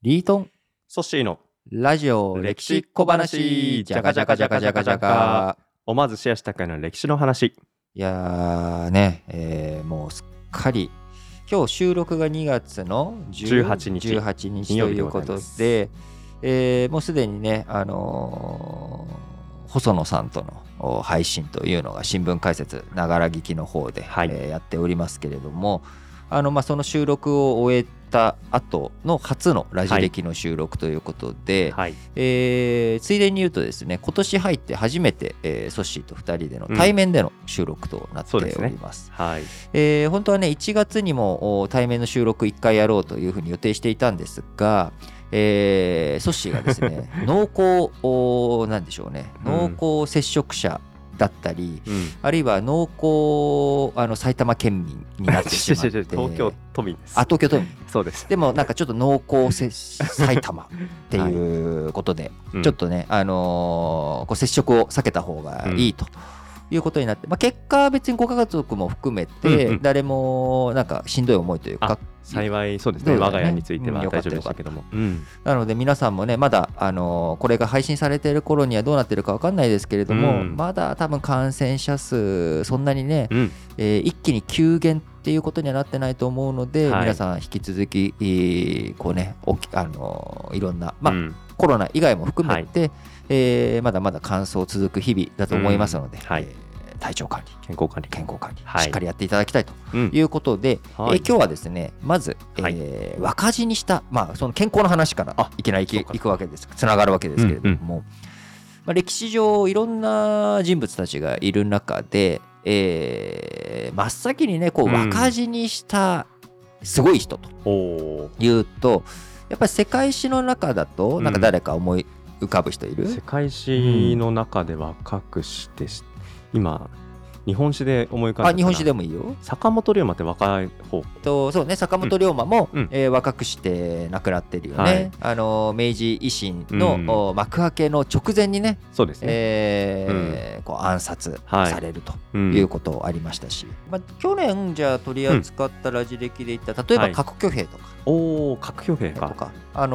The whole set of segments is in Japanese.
リートンソッシーのラジオ歴史小話じゃかじゃかじゃかじゃかじゃか。 思わずシェアしたくなる歴史の話。 いやーね、もうすっかり今日収録が2月の 18日 18日ということで、もうすでにね、細野さんとの配信というのが新聞解説ながら聞きの方で、やっておりますけれども、その収録を終えた後の初のラジ歴の収録ということで、ついでに言うとですね、今年入って初めて、ソッシーと2人での対面での収録となっております。本当はね1月にも対面の収録1回やろうというふうに予定していたんですが、ソッシーがですね濃厚なんでしょうね、濃厚接触者だったり、あるいは濃厚埼玉県民になってしまって東京都民です。 東京都民そうです。 でもなんかちょっと濃厚埼玉っていうことで、ちょっとね、こう接触を避けた方がいいということになって、結果は別にご家族も含めて誰もなんかしんどい思いというか、 幸いそうですね、我が家については大丈夫でしたけども、 なので皆さんもねまだこれが配信されている頃にはどうなってるか分かんないですけれども、まだ多分感染者数そんなにね、一気に急減っていうことにはなってないと思うので、皆さん引き続きこうねいろんな、コロナ以外も含めて、まだまだ乾燥続く日々だと思いますので、体調管理、健康管理、しっかりやっていただきたいということで、今日はですねまず、若字にした、その健康の話からいきなりいくわけです、つながるわけですけれども、歴史上いろんな人物たちがいる中で、真っ先にねこう若字にしたすごい人というと、やっぱり世界史の中だとなんか誰か思い浮かぶ人いる？ 世界史の中で若くして今日本史で思い浮かんだ。 日本史でもいいよ。 坂本龍馬って若い方。 そうね、坂本龍馬も、若くして亡くなってるよね。明治維新の、幕開けの直前にね、そうですね、こう暗殺されるということありましたし、去年じゃあ取り扱ったラジ歴で言った例えば核挙兵とか、 核挙兵かとか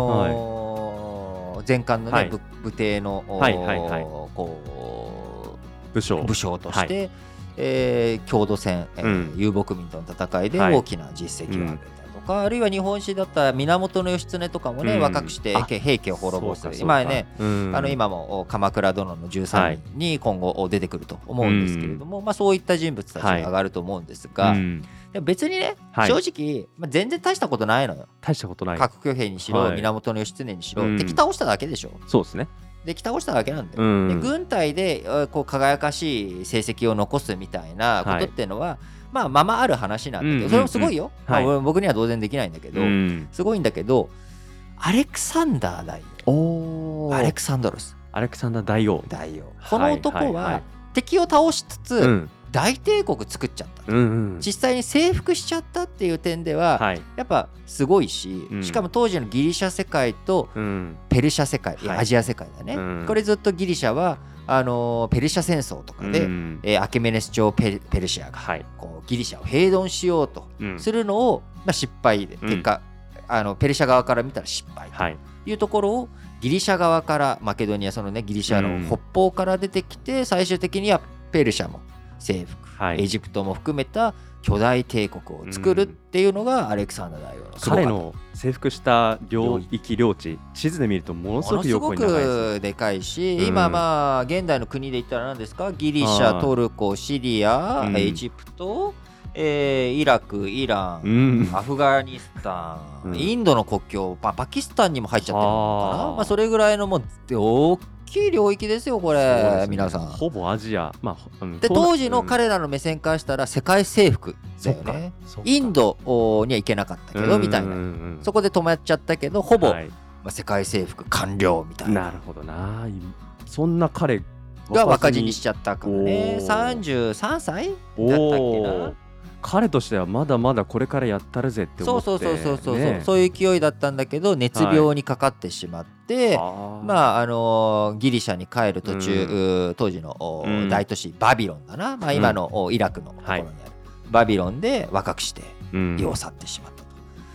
前漢のね、武帝のこう武将として、郷土戦、遊牧民との戦いで大きな実績を上げたとか、あるいは日本史だったら源義経とかもね、若くして平家を滅ぼす、今ね、今も鎌倉殿の13人に今後出てくると思うんですけれども、そういった人物たちが上がると思うんですが、でも別にね、正直、全然大したことないのよ。 大したことない。 核挙兵にしろ、源義経にしろ、敵倒しただけでしょ。 そうですね。 敵倒しただけなんだよ。で軍隊でこう輝かしい成績を残すみたいなことっていうのは、まあある話なんだけど、それもすごいよ。僕には当然できないんだけど、すごいんだけど、アレクサンダー大王、アレクサンダー大王、この男は敵を倒しつつ、大帝国作っちゃった、実際に征服しちゃったっていう点では、やっぱすごいし、しかも当時のギリシャ世界とペルシャ世界、アジア世界だね、これずっとギリシャはペルシャ戦争とかで、アケメネス朝ペルシアがこうギリシャを平穏しようとするのを、失敗で、結果ペルシャ側から見たら失敗というところを、ギリシャ側からマケドニア、そのねギリシャの北方から出てきて、最終的にはペルシャも征服、エジプトも含めた巨大帝国を作るっていうのがアレクサンダー大王の彼の征服した領域領地、地図で見るとものすごく横に長いです。 ものすごくでかいし、今現代の国で言ったら何ですか、ギリシャ、トルコ、シリア、エジプト、イラク、イラン、アフガニスタン、インドの国境、パキスタンにも入っちゃってるのかな、それぐらいのもう大きい領域ですよこれ、皆さん。 ほぼアジア、 で当時の彼らの目線からしたら世界征服だよね。インドには行けなかったけどみたいな、そこで止まっちゃったけど、ほぼ、世界征服完了みたいな。 なるほどな。そんな彼が若字にしちゃったからね。33歳だったっけな。 彼としてはまだまだこれからやったるぜって思って、 そういう勢いだったんだけど、熱病にかかってしまって、ギリシャに帰る途中、当時の大都市バビロンだな、今のイラクのところにあるバビロンで若くして世を去ってしまったと。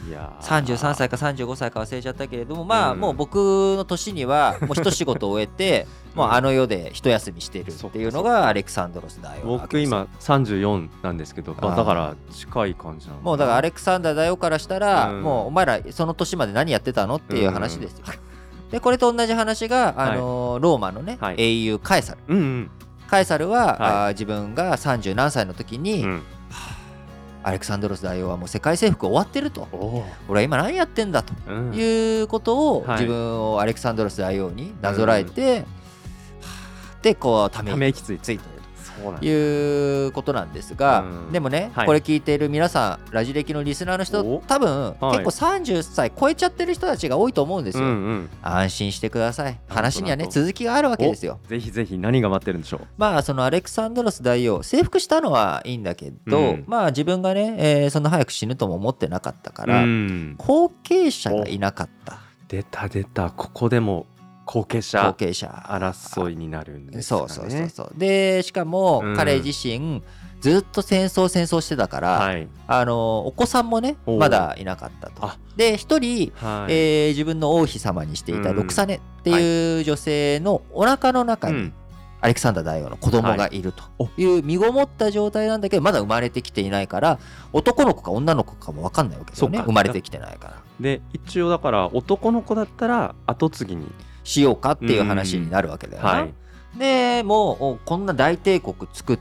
33歳か35歳か忘れちゃったけれども、まあもう僕の年にはもう一仕事終えてもうあの世で一休みしてるっていうのがアレクサンドロス大王。 僕今34なんですけど、だから近い感じなの。 もうだからアレクサンダー大王からしたら、もうお前らその年まで何やってたのっていう話ですよ。でこれと同じ話がローマのね、英雄カエサル。カエサルは、自分が30何歳の時に、アレクサンドロス大王はもう世界征服終わってると、俺は今何やってんだということを、自分をアレクサンドロス大王になぞらえて、でこうため息ついてるということなんですが、でもね、これ聞いている皆さんラジ歴のリスナーの人多分、結構30歳超えちゃってる人たちが多いと思うんですよ。安心してください、話にはね続きがあるわけですよ。 ぜひぜひ何が待ってるんでしょう。 まあそのアレクサンドロス大王征服したのはいいんだけど、まあ自分がね、そんな早く死ぬとも思ってなかったから、後継者がいなかった。 出たここでも後継者争いになるんですかね。 そうでしかも彼自身ずっと戦争してたから、お子さんもねまだいなかったと。で一人、自分の王妃様にしていたロクサネっていう女性のお腹の中に、アレクサンダー大王の子供がいるという身ごもった状態なんだけど、まだ生まれてきていないから男の子か女の子かも分かんないわけですよね。生まれてきてないから。 で一応だから男の子だったら後継ぎにしようかっていう話になるわけだよね。でもうこんな大帝国作って、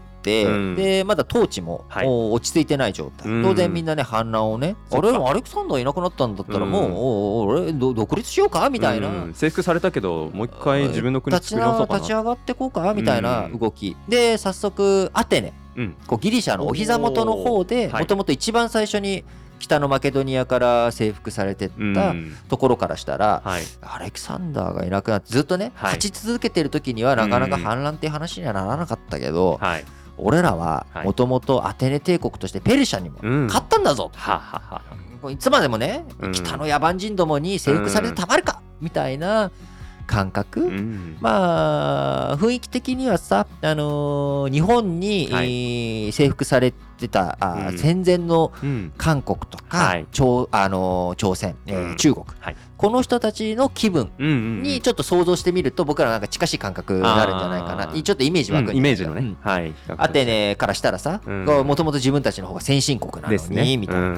でまだ統治も落ち着いてない状態、当然みんなね反乱をね、あれアレクサンダーいなくなったんだったらもう俺独立しようかみたいな、 征服されたけどもう一回自分の国作り直そうかな、 立ち上がってこうかみたいな動きで、早速アテネ、こうギリシャのお膝元の方でもともと一番最初に北のマケドニアから征服されてったところからしたら、アレクサンダーがいなくなってずっとね勝ち続けてる時にはなかなか反乱っていう話にはならなかったけど、俺らはもともとアテネ帝国としてペルシャにも勝ったんだぞ、いつまでもね北の野蛮人どもに征服されてたまるかみたいな感覚、まあ雰囲気的にはさ、日本に、征服されてた戦前の韓国とか、朝鮮、中国、この人たちの気分にちょっと想像してみると僕らなんか近しい感覚になるんじゃないかな、ちょっとイメージ湧くんイメージのね、 アテネからしたらさ、もともと自分たちの方が先進国なのにみたいな。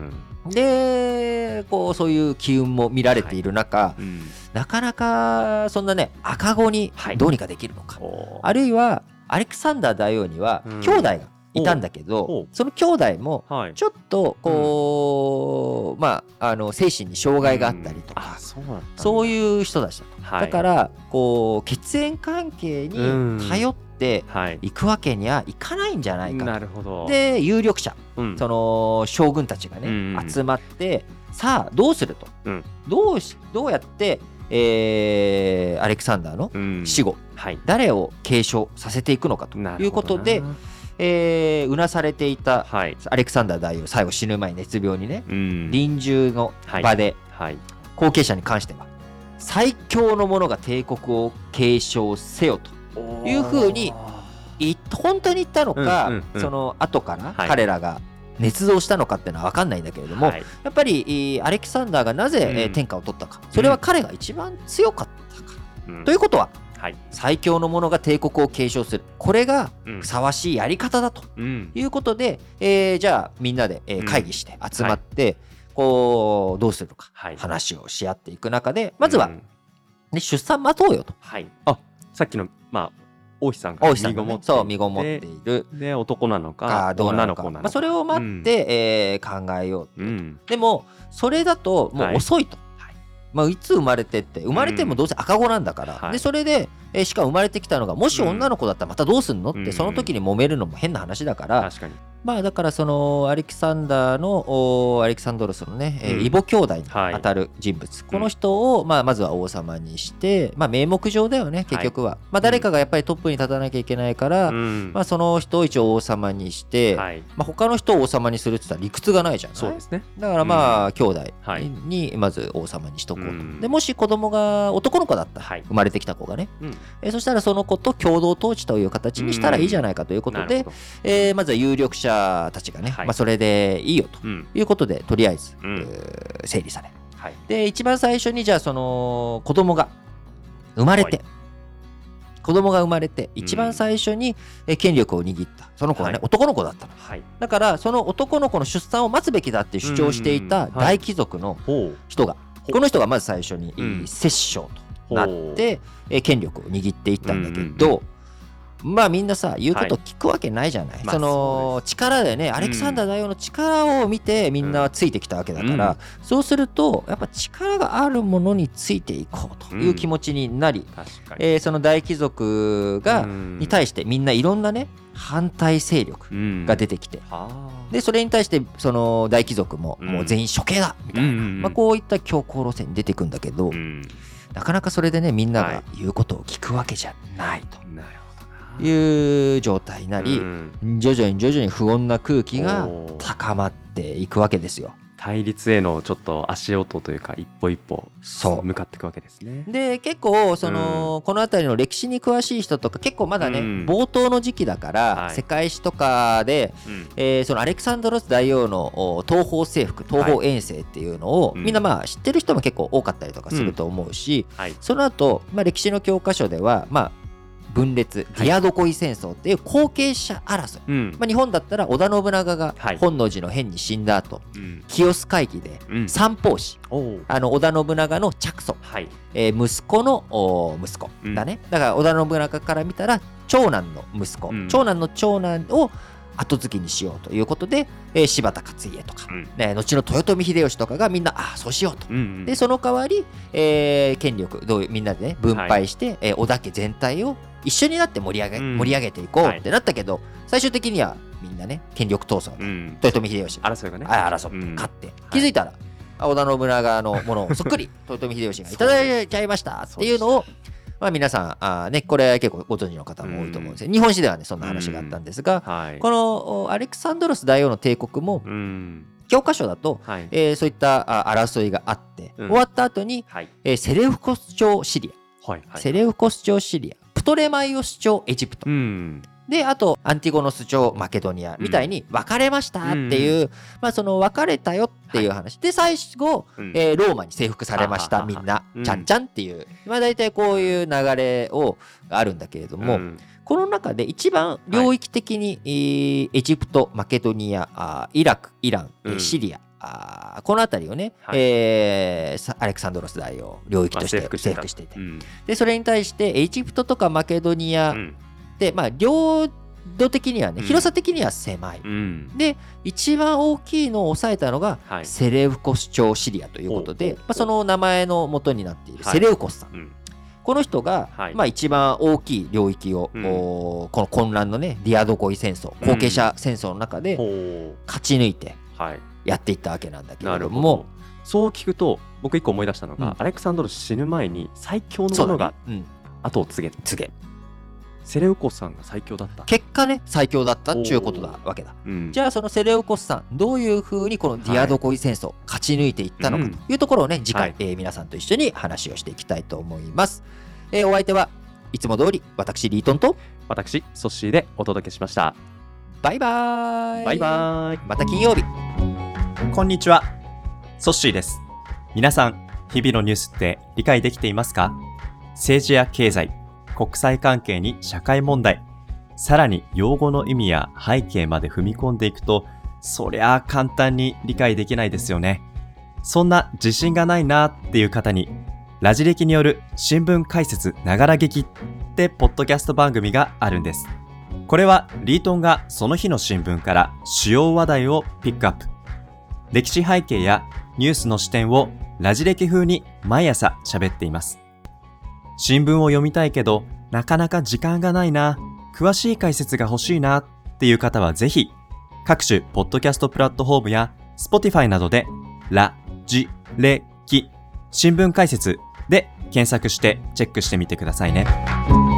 でこうそういう機運も見られている中、なかなかそんなね赤子にどうにかできるのか、あるいはアレクサンダー大王には兄弟がいたんだけど、その兄弟もちょっとこう、まあ精神に障害があったりとか、そういう人たちだと。だからこう血縁関係に頼っていくわけにはいかないんじゃないかと。で有力者、その将軍たちがね集まって、さあどうすると、どうやってアレクサンダーの死後、誰を継承させていくのかということで、うなされていたアレクサンダー大王、最後死ぬ前に熱病にね、臨終の場で後継者に関しては最強の者が帝国を継承せよというふうに本当に言ったのか、その後から彼らが捏造したのかっていうのは分かんないんだけれども、やっぱりアレキサンダーがなぜ天下を取ったか、それは彼が一番強かったから、ということは最強の者が帝国を継承する、これがふさわしいやり方だということで、じゃあみんなで会議して集まって、こうどうするのか話をし合っていく中で、まずは出産待とうよと。 さっきの王妃さんが身ごもっている、 で男なのか女の子なのか、 それを待って、考えようと、でもそれだともう遅いと、いつ生まれてって生まれてもどうせ赤子なんだから、でそれで、しかも生まれてきたのがもし女の子だったらまたどうすんのって、その時に揉めるのも変な話だから、だからそのアレキサンダーのアレキサンドロスのね、異母兄弟に当たる人物、この人をまずは王様にして、名目上だよね結局は、誰かがやっぱりトップに立たなきゃいけないから、その人を一応王様にして、他の人を王様にするって言ったら理屈がないじゃない。 そうですね。 だから兄弟にまず王様にしとこうと。でもし子供が男の子だったら、生まれてきた子がね、そしたらその子と共同統治という形にしたらいいじゃないかということで、まずは有力者者たちがね、それでいいよということで、とりあえず、整理され、で一番最初にじゃあその子供が生まれて、一番最初に権力を握ったその子がね、男の子だったの、だからその男の子の出産を待つべきだって主張していた大貴族の人が、この人がまず最初に摂政となって権力を握っていったんだけど、まあみんなさ言うこと聞くわけないじゃない、その力でね、アレキサンダー大王の力を見てみんなついてきたわけだから、そうするとやっぱ力があるものについていこうという気持ちになり、その大貴族に対してみんないろんなね反対勢力が出てきて、でそれに対してその大貴族ももう全員処刑だみたいな、こういった強硬路線に出てくんだけど、なかなかそれでねみんなが言うことを聞くわけじゃないという状態になり、徐々に不穏な空気が高まっていくわけですよ。 対立へのちょっと足音というか一歩一歩向かっていくわけですね。 で結構その、この辺りの歴史に詳しい人とか結構まだね、冒頭の時期だから、世界史とかで、そのアレクサンドロス大王の東方征服東方遠征っていうのを、みんなまあ知ってる人も結構多かったりとかすると思うし、その後、歴史の教科書では分裂ディアドコイ戦争っていう後継者争い、日本だったら織田信長が本能寺の変に死んだ後、清須会議で三法師、織田信長の嫡祖、息子の息子だね、だから織田信長から見たら長男の息子、長男の長男を後継ぎにしようということで、柴田勝家とか、後の豊臣秀吉とかがみんなそうしようと、でその代わり、権力みんなでね分配して、織田家全体を一緒になって盛り上げていこうってなったけど、最終的にはみんなね権力闘争で、豊臣秀吉が争って勝って、気づいたら織田信長のものをそっくり豊臣秀吉がいただいちゃいましたっていうのを皆さんこれ結構ご存知の方も多いと思うんですよ。日本史ではねそんな話があったんですが、このアレクサンドロス大王の帝国も教科書だと、そういった争いがあって、終わった後に、セレウコス朝シリア、プトレマイオス朝エジプト、であとアンティゴノス朝マケドニアみたいに分かれましたっていう、その分かれたよっていう話、で最後、ローマに征服されましたみんなちゃんちゃんっていう、大体こういう流れがあるんだけれども、この中で一番領域的に、エジプトマケドニアイラクイラン、シリアこの辺りをね、アレクサンドロス大王領域として征服していて、でそれに対してエジプトとかマケドニアで、領土的にはね、広さ的には狭い、で一番大きいのを抑えたのが、セレウコス朝シリアということで、その名前の元になっているセレウコスさん、この人が、一番大きい領域を、この混乱のねディアドコイ戦争後継者戦争の中で勝ち抜いてやっていったわけなんだけれども、 そう聞くと僕一個思い出したのが、アレクサンドロス死ぬ前に最強のものが後を継げ、セレウコスさんが最強だった、 結果ね最強だったっていうことだわけだ、じゃあそのセレウコスさんどういうふうにこのディアドコイ戦争、勝ち抜いていったのかというところをね次回、皆さんと一緒に話をしていきたいと思います。お相手はいつも通り私リートンと私ソッシーでお届けしました。 バイバーイ。 バイバーイ。 また金曜日。 こんにちは、ソッシーです。皆さん日々のニュースって理解できていますか？政治や経済、国際関係に社会問題、さらに用語の意味や背景まで踏み込んでいくと、そりゃあ簡単に理解できないですよね。そんな自信がないなっていう方に、ラジ歴による新聞解説ながら劇ってポッドキャスト番組があるんです。これはリートンがその日の新聞から主要話題をピックアップ。歴史背景やニュースの視点をラジ歴風に毎朝喋っています。新聞を読みたいけどなかなか時間がないな、詳しい解説が欲しいなっていう方はぜひ各種ポッドキャストプラットフォームや Spotify などでラジレキ新聞解説で検索してチェックしてみてくださいね。